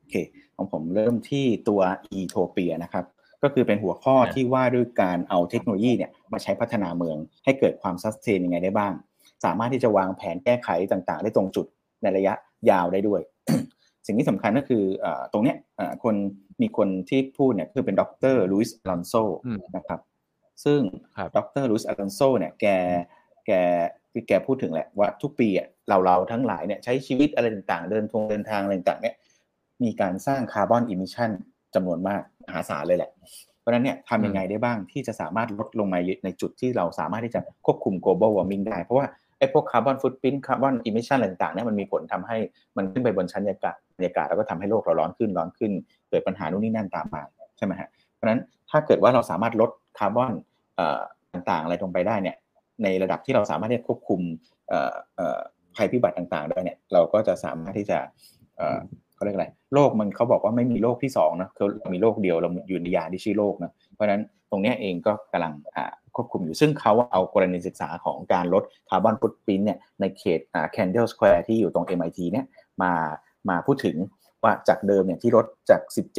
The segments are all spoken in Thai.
เคของผมเริ่มที่ตัว Etopia นะครับก็คือเป็นหัวข้อที่ว่าด้วยการเอาเทคโนโลยีเนี่ยมาใช้พัฒนาเมืองให้เกิดความซัสเทนยังไงได้บ้างสามารถที่จะวางแผนแก้ไขต่างๆได้ตรงจุดในระยะยาวได้ด้วย สิ่งที่สำคัญก็คือตรงเนี้ยมีคนที่พูดเนี่ยคือเป็นดร. ลุยส์ อลอนโซนะครับซึ่งดร. ลุยส์ อลอนโซเนี่ยแกพูดถึงแหละว่าทุกปีเราทั้งหลายเนี่ยใช้ชีวิตอะไรต่างๆเดินทางอะไรต่างๆเนี่ยมีการสร้างคาร์บอนอิมิชันจำนวนมากมหาศาลเลยแหละเพราะฉะนั้นเนี่ยทำยังไงได้บ้างที่จะสามารถลดลงมาในจุดที่เราสามารถที่จะควบคุม global warming ได้เพราะว่าไอ้พวกคาร์บอนฟุตพริ้นท์คาร์บอนอิมิชันอะไรต่างๆเนี่ยมันมีผลทำให้มันขึ้นไปบนชั้นบรรยากาศแล้วก็ทำให้โลกเราร้อนขึ้นเกิดปัญหานู่นนี่นั่นตามมาใช่ไหมฮะเพราะฉะนั้นถ้าเกิดว่าเราสามารถลดคาร์บอนต่างๆอะไรลงไปได้เนี่ยในระดับที่เราสามารถที่จะควบคุมภัยพิบัติต่างๆได้เนี่ยเราก็จะสามารถที่จะเขาเรียกอะไรโลกมันเขาบอกว่าไม่มีโลกที่2นะคือมีโลกเดียวเราอยู่ในยานที่ชื่อโลกนะเพราะฉะนั้นตรงนี้เองก็กำลังควบคุมอยู่ซึ่งเขาเอากรณีศึกษาของการลดคาร์บอนฟุตพริ้นท์เนี่ยในเขตKendall Square ที่อยู่ตรง MIT เนี่ยมาพูดถึงว่าจากเดิมเนี่ยที่ลดจาก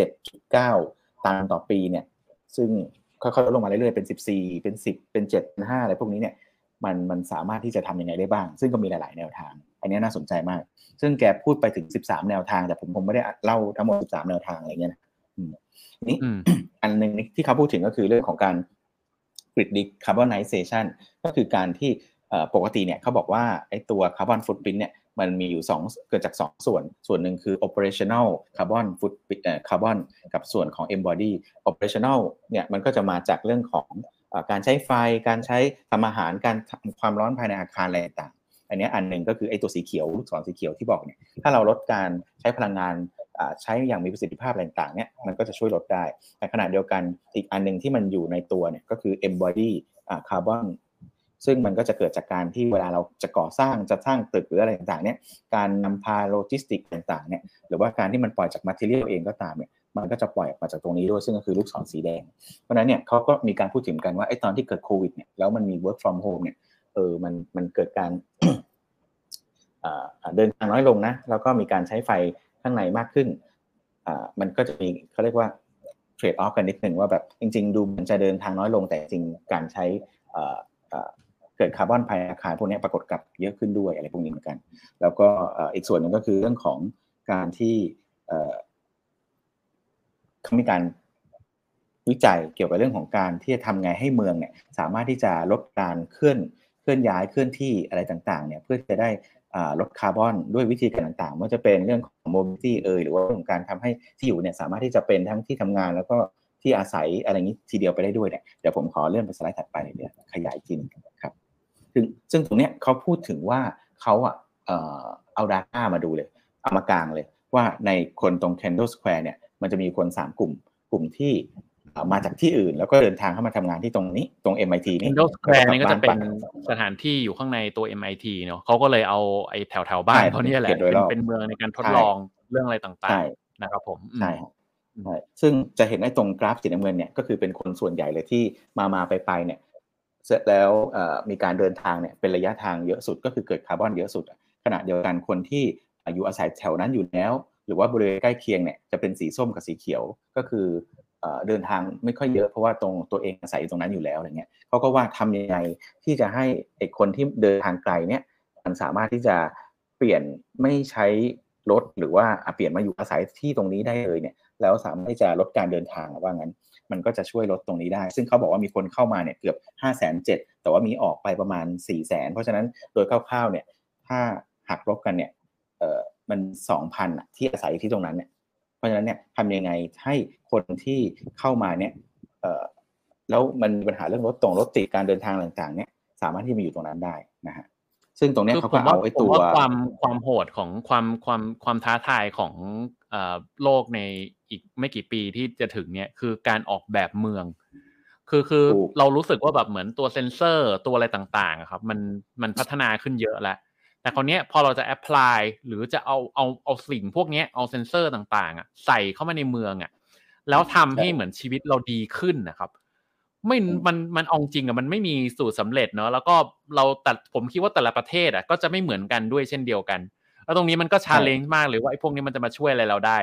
17.9 ตันต่อปีเนี่ยซึ่งค่อยๆลดลงมาเรื่อยๆเป็น14เป็น10เป็น7เป็น5อะไรพวกนี้เนี่ยมันสามารถที่จะทำยังไงได้บ้างซึ่งก็มีหลายๆแนวทางอันนี้น่าสนใจมากซึ่งแกพูดไปถึง13แนวทางแต่ผมคงไม่ได้เล่าทั้งหมด13แนวทางอะไรเงี้ยนี่ อันนึงที่เขาพูดถึงก็คือเรื่องของการ grid decarbonization ก็คือการที่ปกติเนี่ยเขาบอกว่าไอ้ตัว carbon footprint เนี่ยมันมีอยู่เกิดจาก2ส่วนหนึ่งคือ operational carbon footprint carbon กับส่วนของ embody operational เนี่ยมันก็จะมาจากเรื่องของการใช้ไฟการใช้ทำอาหารการทำความร้อนภายในอาคารอะไรต่างอันนี้อันหนึ่งก็คือไอ้ตัวสีเขียวลูกศรสีเขียวที่บอกเนี่ยถ้าเราลดการใช้พลังงานใช้อย่างมีประสิทธิภาพอะไรต่างๆเนี่ยมันก็จะช่วยลดได้แต่ขณะเดียวกันอีกอันนึงที่มันอยู่ในตัวเนี่ยก็คือ embody carbon ซึ่งมันก็จะเกิดจากการที่เวลาเราจะก่อสร้างจะสร้างตึกหรืออะไรต่างๆเนี่ยการนำพาโลจิสติกต่างๆเนี่ยหรือว่าการที่มันปล่อยจาก material เองก็ตามเนี่ยมันก็จะปล่อยออกมาจากตรงนี้ด้วยซึ่งก็คือลูกศรสีแดงเพราะฉะนั้นเนี่ยเขาก็มีการพูดถึงกันว่าไอ้ตอนที่เกิดโควิดเนี่ยแล้วมันมี work from home เนี่ยมันเกิดการ เดินทางน้อยลงนะแล้วก็มีการใช้ไฟข้างในมากขึ้นมันก็จะมีเขาเรียกว่าเทรดออฟกันนิดนึงว่าแบบจริงๆดูมันจะเดินทางน้อยลงแต่จริงการใช้เกิดคาร์บอนภายในอาคารพวกนี้ปรากฏกับเยอะขึ้นด้วยอะไรพวกนี้เหมือนกันแล้วก็อีกส่วนหนึ่งก็คือเรื่องของการที่เขามีการวิจัยเกี่ยวกับเรื่องของการที่จะทำไงให้เมืองเนี่ยสามารถที่จะลดการเคลื่อนย้ายเคลื่อนที่อะไรต่างๆเนี่ยเพื่อจะได้ลดคาร์บอนด้วยวิธีการต่างๆไม่ว่าจะเป็นเรื่องของ mobility หรือว่าเรื่องของการทำให้ที่อยู่เนี่ยสามารถที่จะเป็นทั้งที่ทำงานแล้วก็ที่อาศัยอะไรนี้ทีเดียวไปได้ด้วยเนี่ยเดี๋ยวผมขอเลื่อนไปสไลด์ถัดไปเดี๋ยวขยายจริงครับซึ่งตรงเนี้ยเขาพูดถึงว่าเขาเอา data มาดูเลยเอามากางเลยว่าในคนตรง Kendall Square เนี่ยมันจะมีคน3กลุ่มที่มาจากที่อื่นแล้วก็เดินทางเข้ามาทำงานที่ตรงนี้ตรง MIT นี่ Kendall Square นี่ก็จะเป็นสถานที่อยู่ข้างในตัว MIT เนาะเขาก็เลยเอาไอ้แถวบ้านเขาเนี่ยแหละเป็นเมืองในการทดลองเรื่องอะไรต่างๆนะครับผมใช่ซึ่งจะเห็นในตรงกราฟสีน้ำเงินเนี่ยก็คือเป็นคนส่วนใหญ่เลยที่มาไปเนี่ยเสร็จแล้วมีการเดินทางเนี่ยเป็นระยะทางเยอะสุดก็คือเกิดคาร์บอนเยอะสุดขณะเดียวกันคนที่อยู่อาศัยแถวนั้นอยู่แล้วหรือว่าบริเวณใกล้เคียงเนี่ยจะเป็นสีส้มกับสีเขียวก็คือเดินทางไม่ค่อยเยอะเพราะว่าตรงตัวเองอาศัยตรงนั้นอยู่แล้วอะไรเงี้ยเขาก็ว่าทำยังไงที่จะให้ไอ้คนที่เดินทางไกลเนี่ยมันสามารถที่จะเปลี่ยนไม่ใช้รถหรือว่าเปลี่ยนมาอยู่อาศัยที่ตรงนี้ได้เลยเนี่ยแล้วสามารถที่จะลดการเดินทางว่างั้นมันก็จะช่วยลดตรงนี้ได้ซึ่งเขาบอกว่ามีคนเข้ามาเนี่ยเกือบ 570,000 แต่ว่ามีออกไปประมาณ 400,000 เพราะฉะนั้นโดยคร่าวๆเนี่ยถ้าหักลบกันเนี่ยมัน 2,000 ที่อาศัยที่ตรงนั้นเนี่ยเพราะฉะนั้นเนี่ยทำยังไงให้คนที่เข้ามาเนี่ยแล้วมันมีปัญหาเรื่องรถติดการเดินทางต่างๆเนี่ยสามารถที่มาอยู่ตรงนั้นได้นะฮะซึ่งตรงนี้เขาก็เอาไอ้ตัวความโหดของความท้าทายของโลกในอีกไม่กี่ปีที่จะถึงเนี่ยคือการออกแบบเมืองคือเรารู้สึกว่าแบบเหมือนตัวเซ็นเซอร์ตัวอะไรต่างๆครับมันพัฒนาขึ้นเยอะแล้วแต่คราวนี้พอเราจะแอพพลายหรือจะเอาสิ่งพวกนี้เอาเซ็นเซอร์ต่างๆใส่เข้ามาในเมืองแล้วทำให้เหมือนชีวิตเราดีขึ้นนะครับมันเอาจริงมันไม่มีสูตรสำเร็จเนาะแล้วก็ผมคิดว่าแต่ละประเทศก็จะไม่เหมือนกันด้วยเช่นเดียวกันแล้วตรงนี้มันก็ชาเลนจ์มากเลยว่าไอ้พวกนี้มันจะมาช่วยอะไรเราได้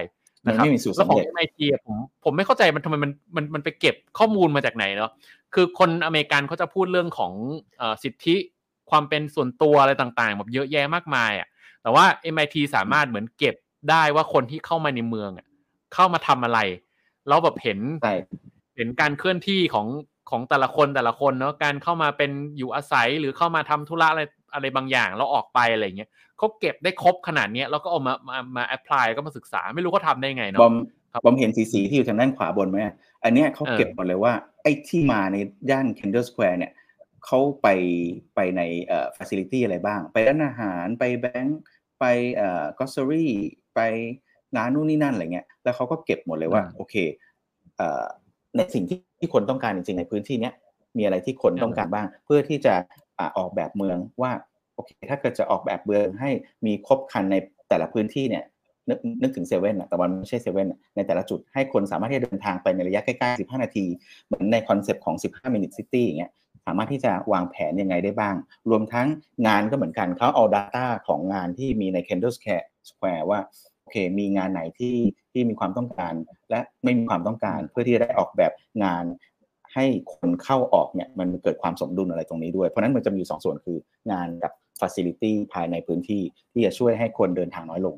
นะครับไม่มีสูตรแล้วของสำเร็จ MIT อ่ะผมไม่เข้าใจมันทำไมมันไปเก็บข้อมูลมาจากไหนเนาะคือคนอเมริกันเขาจะพูดเรื่องของสิทธิความเป็นส่วนตัวอะไรต่างๆแบบเยอะแยะมากมายอ่ะแต่ว่า MIT สามารถเหมือนเก็บได้ว่าคนที่เข้ามาในเมืองอ่ะเข้ามาทำอะไรแล้วแบบเห็นการเคลื่อนที่ของแต่ละคนเนาะการเข้ามาเป็นอยู่อาศัยหรือเข้ามาทำธุระอะไรบางอย่างแล้วออกไปอะไรเงี้ยเขาเก็บได้ครบขนาดนี้แล้วก็เอามาแอพพลายก็มาศึกษาไม่รู้เขาทำได้ไงเนาะบอมเห็นสีที่อยู่ทางด้านขวาบนไหมอันเนี้ยเขาเก็บหมดเลยว่าไอ้ที่มาในย่าน Kendall Square เนี่ยเขาไปในfacility อะไรบ้างไปร้านอาหารไปแบงก์ไปgrocery ไปร้านนู่นนี่นั่นอะไรเงี้ยแล้วเขาก็เก็บหมดเลยว่าโอเคในสิ่งที่คนต้องการจริงๆในพื้นที่เนี้ยมีอะไรที่คนต้องการบ้างเพื่อที่จะออกแบบเมืองว่าโอเคถ้าเกิดจะออกแบบเมืองให้มีครบครันในแต่ละพื้นที่เนี่ยนึกถึงเซเว่นแต่มันไม่ใช่เซเว่นในแต่ละจุดให้คนสามารถที่จะเดินทางไปในระยะใกล้ๆ15นาทีเหมือนในคอนเซปต์ของ15 minute city อย่างเงี้ยสามารถที่จะวางแผนยังไงได้บ้างรวมทั้งงานก็เหมือนกันเขาเอา data ของงานที่มีใน Kendall Square ว่าโอเคมีงานไหนที่มีความต้องการและไม่มีความต้องการเพื่อที่จะได้ออกแบบงานให้คนเข้าออกเนี่ยมันเกิดความสมดุลอะไรตรงนี้ด้วยเพราะนั้นมันจะมี2ส่วนคืองานกับ facility ภายในพื้นที่ที่จะช่วยให้คนเดินทางน้อยลง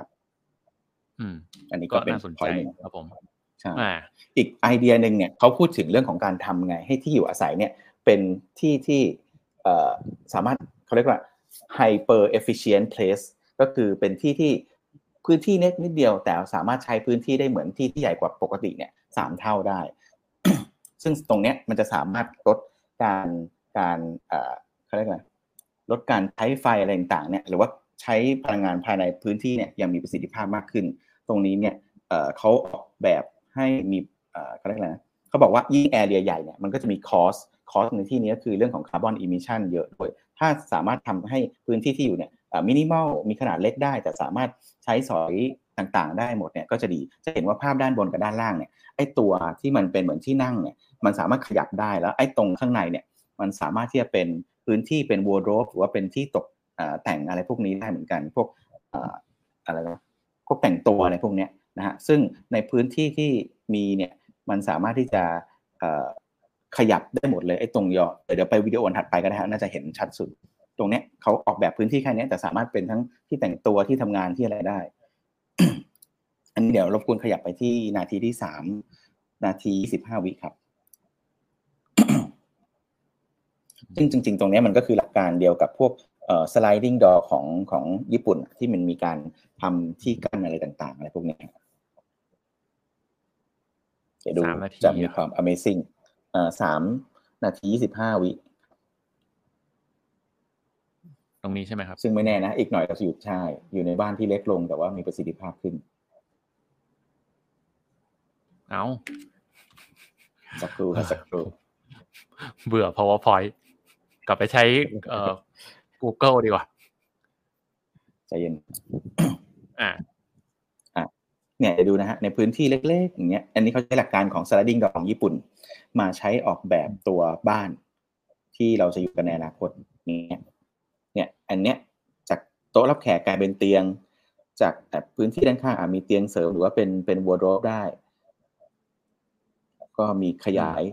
อันนี้ก็เป็น point นึงครับผมใช่อีกไอเดียนึงเนี่ยเขาพูดถึงเรื่องของการทำไงให้ที่อยู่อาศัยเนี่ยเป็นที่สามารถเขาเรียกว่า hyper efficient place ก็คือเป็นที่พื้นที่นิดเดียวแต่สามารถใช้พื้นที่ได้เหมือนที่ใหญ่กว่าปกติเนี่ย3 เท่าได้ ซึ่งตรงเนี้ยมันจะสามารถลดการเขาเรียกว่าลดการใช้ไฟอะไรต่างๆเนี่ยหรือว่าใช้พลังงานภายในพื้นที่เนี่ยยังมีประสิทธิภาพมากขึ้นตรงนี้เนี่ยเขาออกแบบให้มีเขาเรียกอะไรนะเขาบอกว่ายิ่งแอเรียใหญ่เนี่ยมันก็จะมีคอสในที่นี้ก็คือเรื่องของคาร์บอนอิมิชันเยอะด้วยถ้าสามารถทำให้พื้นที่ที่อยู่เนี่ยมินิมอลมีขนาดเล็กได้แต่สามารถใช้สอยต่างๆได้หมดเนี่ยก็จะดีจะเห็นว่าภาพด้านบนกับด้านล่างเนี่ยไอ้ตัวที่มันเป็นเหมือนที่นั่งเนี่ยมันสามารถขยับได้แล้วไอ้ตรงข้างในเนี่ยมันสามารถที่จะเป็นพื้นที่เป็นวอร์โดรบหรือว่าเป็นที่ตกแต่งอะไรพวกนี้ได้เหมือนกันพวกอะไรนะพวกแต่งตัวอะไรพวกนี้นะฮะซึ่งในพื้นที่ที่มีเนี่ยมันสามารถที่จะขยับได้หมดเลยไอ้ตรงเดี๋ยวไปวิดีโอถัดไปก็ได้ฮะน่าจะเห็นชัดสุดตรงเนี้ยเขาออกแบบพื้นที่แค่นี้แต่สามารถเป็นทั้งที่แต่งตัวที่ทำงานที่อะไรได้ อันนี้เดี๋ยวรบกวนขยับไปที่นาทีที่3 นาที15 วิครับ ซึ่งจริงๆตรงนี้มันก็คือหลักการเดียวกับพวกsliding door ของญี่ปุ่นที่มันมีการทำที่กั้นอะไรต่างๆอะไรพวกนี้เดี๋ยวดูจะมีความ amazing 3 นาที 25 วิตรงนี้ใช่ไหมครับซึ่งไม่แน่นะอีกหน่อยเราจะอยู่ในบ้านที่เล็กลงแต่ว่ามีประสิทธิภาพขึ้นเอาสักครู่เบื่อ PowerPoint กลับไปใช้Google ดีกว่าใจเย็นเนี่ยจะดูนะฮะในพื้นที่เล็กๆอย่างเงี้ยอันนี้เขาใช้หลักการของ sliding door ของญี่ปุ่นมาใช้ออกแบบตัวบ้านที่เราจะอยู่กันในอนาคตเนี่ยอันเนี้ยจากโต๊ะรับแขกกลายเป็นเตียงจากพื้นที่ด้านข้างมีเตียงเสริมหรือว่าเป็นวอร์โดรบได้ก็มีขยาย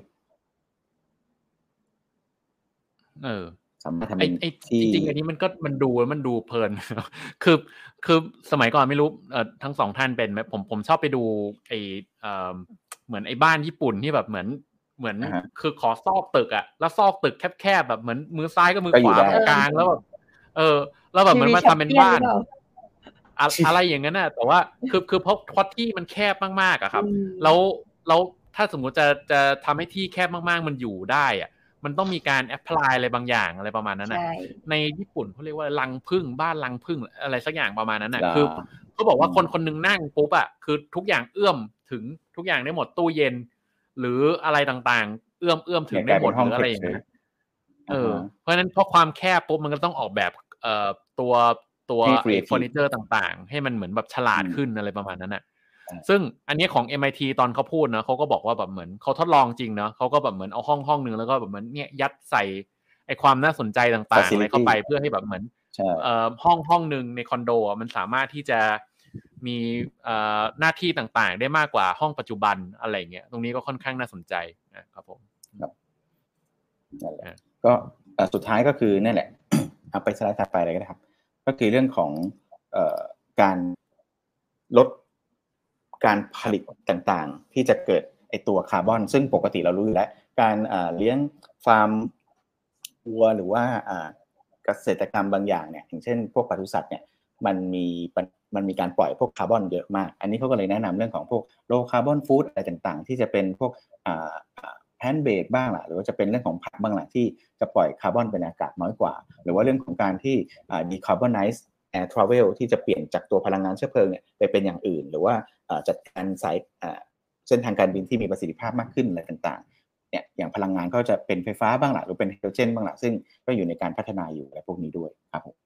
สามารถทำเป็นจริงๆอันนี้มันดูเพลิน คือสมัยก่อนไม่รู้ทั้งสองท่านเป็นไหมผมชอบไปดูเหมือนไอ้บ้านญี่ปุ่นที่แบบเหมือนคือขอซอกตึกอ่ะแล้วซอกตึกแคบๆแบบเหมือนมือซ้ายกับมือขวากลางแล้วแบบแล้วแบบเหมือนมาทำเป็นบ้านอะไรอย่างนั้นน่ะแต่ว่าคือเพราะที่มันแคบมากๆอ่ะครับแล้วถ้าสมมุติจะทำให้ที่แคบมากๆมันอยู่ได้อ่ะมันต้องมีการแอพพลายอะไรบางอย่างอะไรประมาณนั้นน่ะในญี่ปุ่นเขาเรียกว่ารังผึ้งบ้านรังผึ้งอะไรสักอย่างประมาณนั้นน่ะคือเขาบอกว่าคนนึงนั่งปุ๊บอ่ะคือทุกอย่างเอื้อมถึงทุกอย่างได้หมดตู้เย็นหรืออะไรต่างๆเอื้อมถึงได้หมดหรืออะไรอย่างเงี้ยเพราะฉะนั้นเพราะความแคบปุ๊บมันก็ต้องออกแบบตัวเฟอร์นิเจอร์ต่างๆให้มันเหมือนแบบฉลาดขึ้นอะไรประมาณนั้นน่ะซึ่งอันนี้ของ MIT ตอนเขาพูดนะเขาก็บอกว่าแบบเหมือนเขาทดลองจริงเนาะเขาก็แบบเหมือนเอาห้องนึงแล้วก็แบบเหมือนเนี่ยยัดใส่ไอ้ความน่าสนใจต่างๆอะไรเข้าไปเพื่อให้แบบเหมือนห้องนึงในคอนโดมันสามารถที่จะมีหน้าที่ต่างๆได้มากกว่าห้องปัจจุบันอะไรเงี้ยตรงนี้ก็ค่อนข้างน่าสนใจนะครับผมครับนั่นแหละก็สุดท้ายก็คือนั่นแหละ เอาไปสไลด์ถัดไปเลยก็ได้ครับก็คือเรื่องของการลดการผลิตต่างๆที่จะเกิดไอตัวคาร์บอนซึ่งปกติเรารู้อยู่แล้วการเลี้ยงฟาร์มวัวหรือว่าเกษตรกรรมบางอย่างเนี่ยอย่างเช่นพวกปศุสัตว์เนี่ยมันมีการปล่อยพวกคาร์บอนเยอะมากอันนี้เขาก็เลยแนะนำเรื่องของพวกโลคาร์บอนฟู้ดอะไรต่างๆที่จะเป็นพวกแพนเบดบ้างล่ะหรือว่าจะเป็นเรื่องของผักบ้างล่ะที่จะปล่อยคาร์บอนเป็นอากาศน้อยกว่าหรือว่าเรื่องของการที่decarbonize air travel ที่จะเปลี่ยนจากตัวพลังงานเชื้อเพลิงเนี่ยไปเป็นอย่างอื่นหรือว่าจัดการสายเส้นทางการบินที่มีประสิทธิภาพมากขึ้นอะไรต่างๆเนี่ยอย่างพลังงานก็จะเป็นไฟฟ้าบ้างล่ะหรือเป็นไฮโดรเจนบ้างล่ะซึ่งก็อยู่ในการพัฒนาอยู่อะไรพวกนี้ด้วยครับผม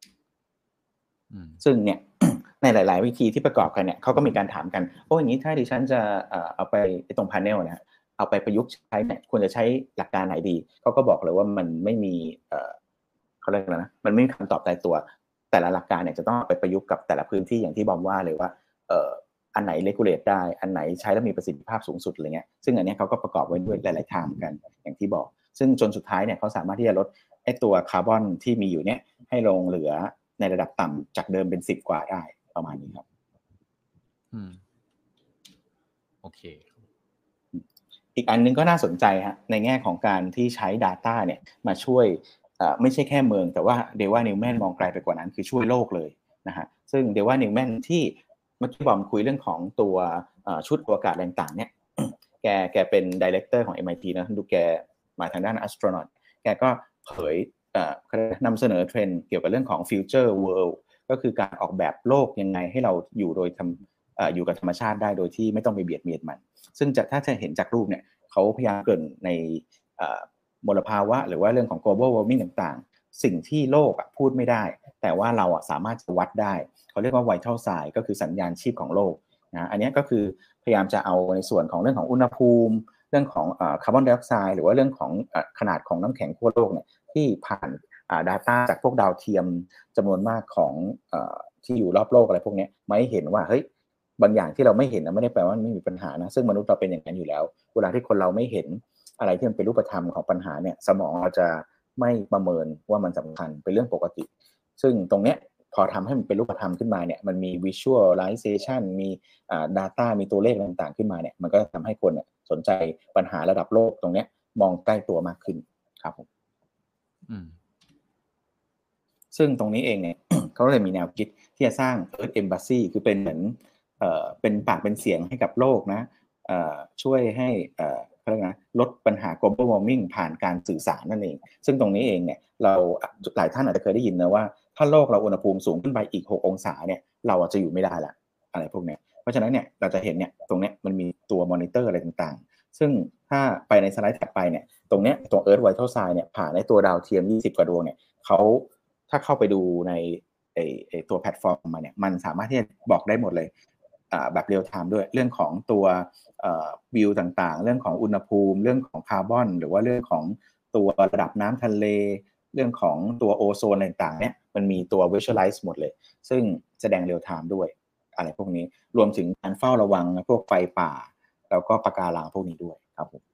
ซึ่งเนี่ย ในหลายๆวิธีที่ประกอบกันเนี่ยเขาก็มีการถามกันอย่างนี้ถ้าดิฉันจะเอาไปตรงพาเนลนะเอาไปประยุกต์ใช้เนี่ยควรจะใช้หลักการไหนดีเขาก็บอกเลยว่ามันไม่มีเขาเรียกอะไรนะมันไม่มีคำตอบตายตัวแต่ละหลักการเนี่ยจะต้องไปประยุกต์กับแต่ละพื้นที่อย่างที่บอมว่าเลยว่าอันไหนเลกูเลตได้อันไหนใช้แล้วมีประสิทธิภาพสูงสุดอะไรเงี้ยซึ่งอันนี้เขาก็ประกอบไว้ด้วยหลายๆทางกันอย่างที่บอกซึ่งจนสุดท้ายเนี่ยเขาสามารถที่จะลดไอ้ตัวคาร์บอนที่มีอยู่เนี่ยให้ลงเหลือในระดับต่ำจากเดิมเป็น10 กว่าได้ประมาณนี้ครับโอเคอีกอันนึงก็น่าสนใจฮะในแง่ของการที่ใช้ Data เนี่ยมาช่วยไม่ใช่แค่เมืองแต่ว่าเดว่านิวแมนมองไกลไปกว่านั้นคือช่วยโลกเลยนะฮะซึ่งเดว่านิวแมนที่เมื่อกี้บอมคุยเรื่องของตัวชุดอวกาศต่างๆเนี่ยแกเป็นไดเรคเตอร์ของ MIT นะดูแกมาทางด้าน astronaut แกก็เผยนำเสนอเทรนด์เกี่ยวกับเรื่องของ future world ก็คือการออกแบบโลกยังไงให้เราอยู่โดยอยู่กับธรรมชาติได้โดยที่ไม่ต้องไปเบียดเบียนมันซึ่งถ้าจะเห็นจากรูปเนี่ยเขาพยายามเกริ่นในมลภาวะหรือว่าเรื่องของ global warming ต่างๆสิ่งที่โลกพูดไม่ได้แต่ว่าเราสามารถจะวัดได้เขาเรียกว่า vital sign ก็คือสัญญาณชีพของโลกนะอันนี้ก็คือพยายามจะเอาในส่วนของเรื่องของอุณหภูมิเรื่องของคาร์บอนไดออกไซด์หรือว่าเรื่องของขนาดของน้ำแข็งขั้วโลกเนี่ยที่ผ่านdata จากพวกดาวเทียมจำนวนมากของที่อยู่รอบโลกอะไรพวกนี้มาให้เห็นว่าเฮ้ยบางอย่างที่เราไม่เห็นนะไม่ได้แปลว่าไม่มีปัญหานะซึ่งมนุษย์เราเป็นอย่างนั้นอยู่แล้วเวลาที่คนเราไม่เห็นอะไรที่มันเป็นรูปธรรมของปัญหาเนี่ยสมองเราจะไม่ประเมินว่ามันสำคัญเป็นเรื่องปกติซึ่งตรงเนี้ยพอทำให้มันเป็นรูปธรรมขึ้นมาเนี่ยมันมี visualization มีdata มีตัวเลขต่างๆขึ้นมาเนี่ยมันก็ทำให้คนสนใจปัญหาระดับโลกตรงเนี้ยมองใกล้ตัวมากขึ้นครับผมซึ่งตรงนี้เองเนี่ย เขาเลยมีแนวคิดที่จะสร้าง Earth Embassy คือเป็นเหมือนเป็นปากเป็นเสียงให้กับโลกนะช่วยให้เขาเรียกนะลดปัญหา global warming ผ่านการสื่อสารนั่นเองซึ่งตรงนี้เองเนี่ยเราหลายท่านอาจจะเคยได้ยินนะว่าถ้าโลกเราอุณหภูมิสูงขึ้นไปอีก6 องศาเนี่ยเราจะอยู่ไม่ได้ละอะไรพวกนี้เพราะฉะนั้นเนี่ยเราจะเห็นเนี่ยตรงนี้มันมีตัวมอนิเตอร์อะไรต่างๆซึ่งถ้าไปในสไลด์ถัดไปเนี่ยตรงเนี้ยตัว Earth Vital Sign เนี่ยผ่านในตัวดาวเทียม20 กว่าดวงเนี่ยเขาถ้าเข้าไปดูในตัวแพลตฟอร์มมาเนี่ยมันสามารถที่จะบอกได้หมดเลยแบบเรียลไทม์ด้วยเรื่องของตัววิวต่างๆเรื่องของอุณหภูมิเรื่องของคาร์บอนหรือว่าเรื่องของตัวระดับน้ำทะเลเรื่องของตัวโอโซนต่างๆเนี่ยมันมีตัว visualize หมดเลยซึ่งแสดงเรียลไทม์ด้วยอะไรพวกนี้รวมถึงการเฝ้าระวังพวกไฟป่าแล้วก็ปะการังพวกนี้ด้วยครับผม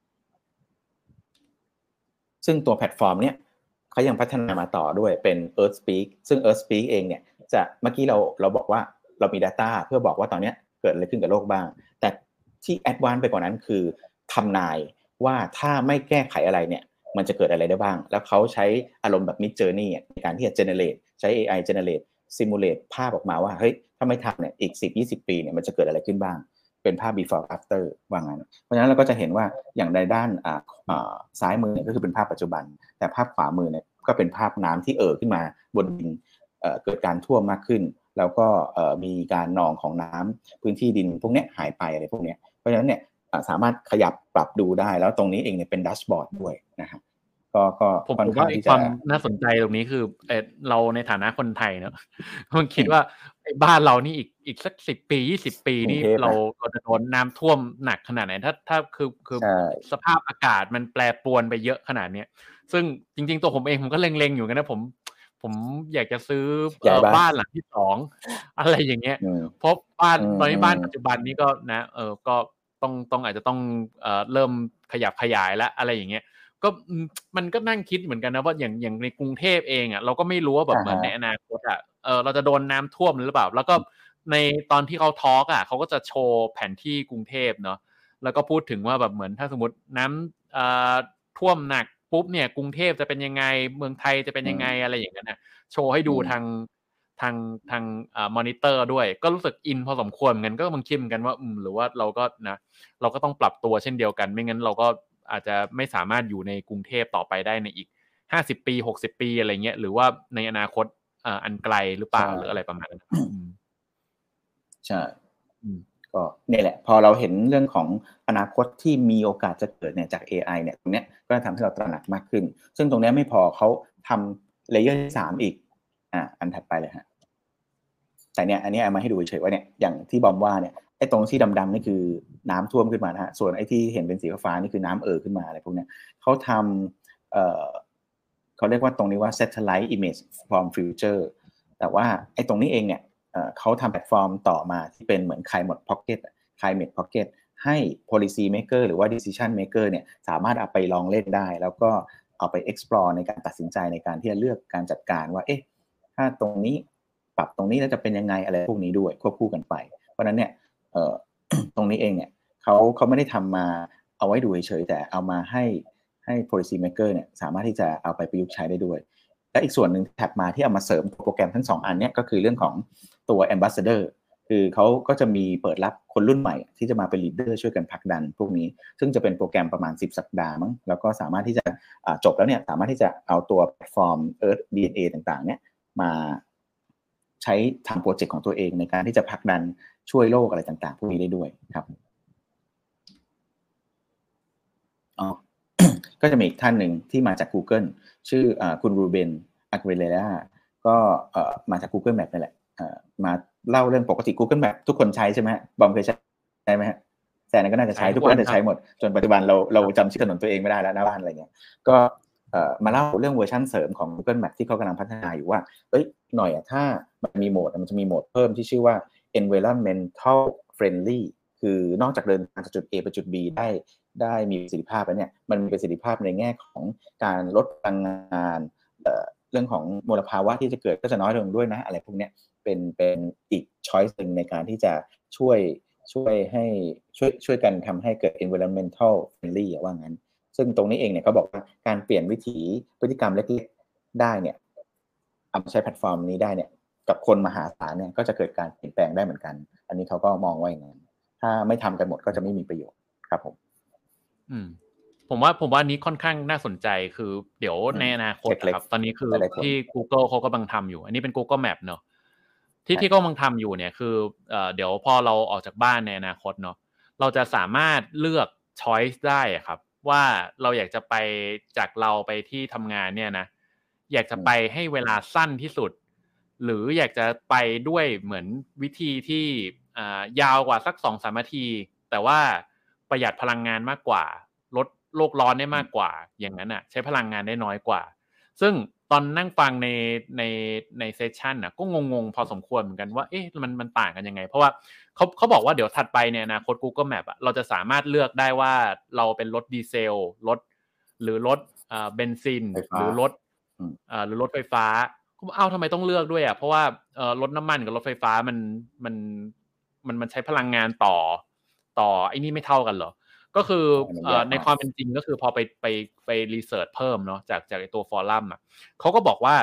ซึ่งตัวแพลตฟอร์มเนี้ยเขายังพัฒนามาต่อด้วยเป็น Earthspeak ซึ่ง Earthspeak เองเนี่ยจะเมื่อกี้เราบอกว่าเรามี data เพื่อบอกว่าตอนนี้เกิดอะไรขึ้นกับโลกบ้างแต่ที่แอดวานซ์ไปกว่านั้นคือทำนายว่าถ้าไม่แก้ไขอะไรเนี่ยมันจะเกิดอะไรได้บ้างแล้วเขาใช้อารมณ์แบบ Mid Journey ในการที่จะ generate ใช้ AI generate simulate ภาพออกมาว่าเฮ้ยถ้าไม่ทำเนี่ยอีก 10-20 ปีเนี่ยมันจะเกิดอะไรขึ้นบ้างเป็นภาพ before after ว่างั้นเพราะฉะนั้นเราก็จะเห็นว่าอย่างในด้านซ้ายมือเนี่ยก็คือเป็นภาพปัจจุบันแต่ภาพขวามือเนี่ยก็เป็นภาพน้ำที่ขึ้นมาบนดินเกิดการท่วมมากขึ้นแล้วก็มีการนองของน้ำพื้นที่ดินพวกนี้หายไปอะไรพวกนี้เพราะฉะนั้นเนี่ยสามารถขยับปรับดูได้แล้วตรงนี้เองเนี่ยเป็นแดชบอร์ดด้วยนะฮะก็ผมว่าความน่าสนใจตรงนี้คือเราในฐานะคนไทยเนอะผมคิดว่าบ้านเรานี่อีกสัก10 ปี20 ปีนี่เราจะโดนน้ำท่วมหนักขนาดไหนถ้าคือสภาพอากาศมันแปรปรวนไปเยอะขนาดนี้ซึ่งจริงๆตัวผมเองผมก็เล็งๆอยู่กันนะผมผมอยากจะซื้อย้ายบ้านบ้านหลังที่2อะไรอย่างเงี้ยเพราะบ้านตอนนี้บ้านปัจจุบันนี้ก็นะก็ต้องอาจจะต้องเริ่มขยับขยายแล้วอะไรอย่างเงี้ยก็มันก็นั่งคิดเหมือนกันนะว่าอย่างในกรุงเทพเองอ่ะเราก็ไม่รู้ว่าแบบเหมือนในอนาคตอ่ะเราจะโดนน้ำท่วมหรือเปล่าแล้วก็ในตอนที่เขาทอล์กอ่ะเขาก็จะโชว์แผนที่กรุงเทพเนาะแล้วก็พูดถึงว่าแบบเหมือนถ้าสมมติน้ำท่วมหนักปุ๊บเนี่ยกรุงเทพจะเป็นยังไงเมืองไทยจะเป็นยังไงอะไรอย่างนั้นนะโชว์ให้ดูทางมอนิเตอร์ด้วยก็รู้สึกอินพอสมควรเหมือนกันก็มันคิดเหมือนกันว่าหรือว่าเราก็ต้องปรับตัวเช่นเดียวกันไม่งั้นเราก็อาจจะไม่สามารถอยู่ในกรุงเทพต่อไปได้ในอีก50ปี60ปีอะไรเงี้ยหรือว่าในอนาคตอันไกลหรือเปล่าหรืออะไรประมาณนั้นใช่ก็เนี่ยแหละพอเราเห็นเรื่องของอนาคตที่มีโอกาสจะเกิดเนี่ยจาก AI เนี่ยตรงเนี้ยก็ทำให้เราตระหนักมากขึ้นซึ่งตรงนี้ไม่พอเขาทำเลเยอร์ที่3อีกอันถัดไปเลยฮะแต่เนี่ยอันนี้เอามาให้ดูเฉยๆว่าเนี่ยอย่างที่บอมว่าเนี่ยไอ้ตรงที่ดำๆนี่คือน้ำท่วมขึ้นมานะฮะส่วนไอ้ที่เห็นเป็นสีฟ้านี่คือน้ำขึ้นมาอะไรพวกนี้เขาทำเขาเรียกว่าตรงนี้ว่า satellite image from future แต่ว่าไอ้ตรงนี้เองเนี่ยเขาทำแพลตฟอร์มต่อมาที่เป็นเหมือน Climate Pocket ให้ policy maker หรือว่า decision maker เนี่ยสามารถเอาไปลองเล่นได้แล้วก็เอาไป explore ในการตัดสินใจในการที่จะเลือกการจัดการว่าเอ๊ะถ้าตรงนี้ปรับตรงนี้แล้วจะเป็นยังไงอะไรพวกนี้ด้วยควบคู่กันไปเพราะนั้นเนี่ยตรงนี้เองเนี่ยเขาไม่ได้ทำมาเอาไว้ดูเฉยๆแต่เอามาให้ policy maker เนี่ยสามารถที่จะเอาไปประยุกต์ใช้ได้ด้วยและอีกส่วนหนึ่งแท็บมาที่เอามาเสริมโปรแกรมทั้ง2อันเนี่ยก็คือเรื่องของตัว ambassador คือเขาก็จะมีเปิดรับคนรุ่นใหม่ที่จะมาเป็นลีดเดอร์ช่วยกันผลักดันพวกนี้ซึ่งจะเป็นโปรแกรมประมาณ10สัปดาห์มั้งแล้วก็สามารถที่จะจบแล้วเนี่ยสามารถที่จะเอาตัวแพลตฟอร์ม Earth DNA ต่างๆเนี่ยมาใช้ทำโปรเจกต์ของตัวเองในการที่จะผลักดันช่วยโลกอะไรต่างๆพวกนี้ได้ด้วยครับก็จะมีอีกท่านหนึ่งที่มาจาก Google ชื่อคุณรูเบนอักเวเลล่าก็มาจาก Google Map นี่แหละมาเล่าเรื่องปกติ Google Map ทุกคนใช้ใช่ไหมบอมเคยใช้ไหมฮะแต่นั้นก็น่าจะใช้ทุกคนน่าจะใช้หมดจนปัจจุบันเราจำชื่อถนนตัวเองไม่ได้แล้วหน้าบ้านอะไรเงี้ยก็มาเล่าเรื่องเวอร์ชันเสริมของ Google Map ที่เขากำลังพัฒนาอยู่ว่าหน่อยถ้ามันมีโหมดมันจะมีโหมดเพิ่มที่ชื่อว่า environmental friendly คือนอกจากเดินทางจากจุด A ไปจุด B ได้มีประสิทธิภาพแล้วเนี่ยมันมีประสิทธิภาพในแง่ของการลดพลังงานเรื่องของมลภาวะที่จะเกิดก็จะน้อยลงด้วยนะอะไรพวกนี้เป็นอีก choice นึงในการที่จะช่วยกันทำให้เกิด environmental friendly ว่างั้นซึ่งตรงนี้เองเนี่ยเขาบอกว่าการเปลี่ยนวิถีพฤติกรรมเล็กๆได้เนี่ยเอาใช้แพลตฟอร์มนี้ได้เนี่ยกับคนมหาศาลเนี่ยก็จะเกิดการเปลี่ยนแปลงได้เหมือนกันอันนี้เขาก็มองว่าอย่างนั้นถ้าไม่ทำกันหมดก็จะไม่มีประโยชน์ครับผมว่านี้ค่อนข้างน่าสนใจคือเดี๋ยวในอนาคตครับตอนนี้คือที่ Google เขากำลังทำอยู่อันนี้เป็น Google Map เนอะที่กำลังทำอยู่เนี่ยคือเดี๋ยวพอเราออกจากบ้านในอนาคตเนาะเราจะสามารถเลือก choice ได้ครับว่าเราอยากจะไปจากเราไปที่ทำงานเนี่ยนะอยากจะไปให้เวลาสั้นที่สุดหรืออยากจะไปด้วยเหมือนวิธีที่ยาวกว่าสัก 2-3 นาทีแต่ว่าประหยัดพลังงานมากกว่าลดโลกร้อนได้มากกว่าอย่างนั้นน่ะใช้พลังงานได้น้อยกว่าซึ่งตอนนั่งฟังในเซสชันน่ะก็งงๆพอสมควรเหมือนกันว่าเอ๊ะมันต่างกันยังไงเพราะว่าเขาบอกว่าเดี๋ยวถัดไปในอนาคต Google Map อ่ะเราจะสามารถเลือกได้ว่าเราเป็นรถดีเซลรถหรือรถเบนซินหรือรถไฟฟ้าทำไมต้องเลือกด้วยอ่ะเพราะว่ารถน้ำมันกับรถไฟฟ้ามันใช้พลังงานต่อไอ้นี่ไม่เท่ากันเหรอก็คือในความเป็นจริงก็คือพอไปรีเสิร์ชเพิ่มเนาะจากตัวฟอรัมอ่ะเขาก็บอกว่า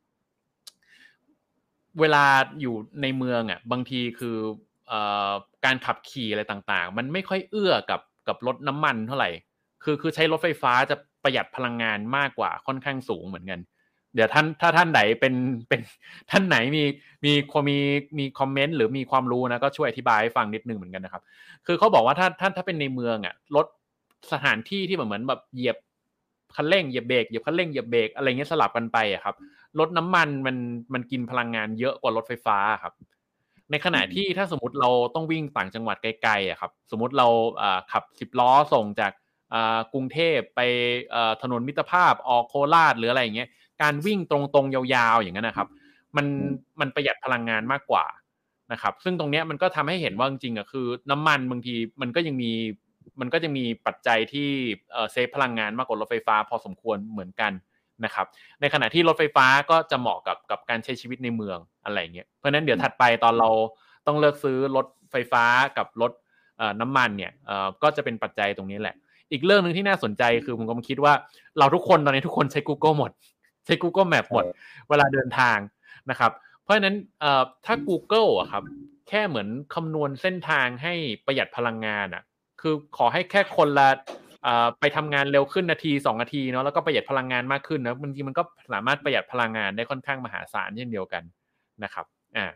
เวลาอยู่ในเมืองอ่ะบางทีคือการขับขี่อะไรต่างๆมันไม่ค่อยเอื้อกับรถน้ำมันเท่าไหร่คือใช้รถไฟฟ้าจะประหยัดพลังงานมากกว่าค่อนข้างสูงเหมือนกันเดี๋ยวถ้าท่านไหนเป็นท่านไหนมีคอมเมนต์หรือมีความรู้นะก็ช่วยอธิบายให้ฟังนิดนึงเหมือนกันนะครับคือเขาบอกว่าถ้าเป็นในเมืองอ่ะรถสถานที่ที่เหมือนแบบเหยียบคันเร่งเหยียบเบรกเหยียบคันเร่งเหยียบเบรกอะไรเงี้ยสลับกันไปอ่ะครับรถน้ำมันกินพลังงานเยอะกว่ารถไฟฟ้าครับในขณะที่ถ้าสมมติเราต้องวิ่งต่างจังหวัดไกลๆอ่ะครับสมมติเราขับ10ล้อส่งจากกรุงเทพไปถนนมิตรภาพออกโคราชหรืออะไรอย่างเงี้ยการวิ่งตรงๆยาวๆอย่างนั้นนะครับมันประหยัดพลังงานมากกว่านะครับซึ่งตรงเนี้ยมันก็ทำให้เห็นว่าจริงๆคือน้ำมันบางทีมันก็ยังมีปัจจัยที่เซฟพลังงานมากกว่ารถไฟฟ้าพอสมควรเหมือนกันนะครับในขณะที่รถไฟฟ้าก็จะเหมาะกับการใช้ชีวิตในเมืองอะไรเงี้ยเพราะนั้นเดี๋ยวถัดไปตอนเราต้องเลือกซื้อรถไฟฟ้ากับรถน้ำมันเนี่ยก็จะเป็นปัจจัยตรงนี้แหละอีกเรื่องนึงที่น่าสนใจคือผมก็คิดว่าเราทุกคนตอนนี้ทุกคนใช้ Google หมดใช้ Google Map หมดเวลาเดินทางนะครับเพราะฉะนั้นถ้า Google อะครับแค่เหมือนคำนวณเส้นทางให้ประหยัดพลังงานอะคือขอให้แค่คนละไปทำงานเร็วขึ้นนาที2นาทีเนาะแล้วก็ประหยัดพลังงานมากขึ้นนะบางทีมันก็สามารถประหยัดพลังงานได้ค่อนข้างมหาศาลเช่นเดียวกันนะครับ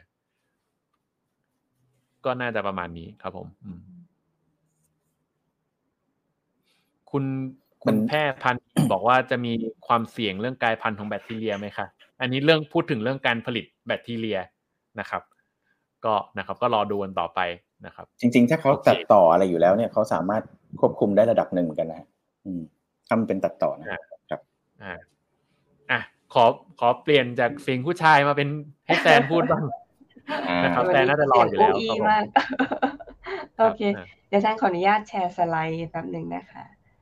ก็น่าจะประมาณนี้ครับผมคุณแพร่พันธุ์บอกว่าจะมีความเสี่ยงเรื่องกลายพันธุ์ของแบคทีเรียไหมคะอันนี้เรื่องพูดถึงเรื่องการผลิตแบคทีเรียนะครับก็รอดูกันต่อไปนะครับจริงๆถ้าเขาตัดต่ออะไรอยู่แล้วเนี่ยเขาสามารถควบคุมได้ระดับหนึ่งเหมือนกันนะถ้ามันเป็นตัดต่อนะครับขอเปลี่ยนจากเสียงผู้ชายมาเป็นให้แซนพูดบ้างนะครับแซนน่าจะรออยู่แล้วครับผมโอเคเดี๋ยวแซนขออนุญาตแชร์สไลด์แป๊บนึงนะคะ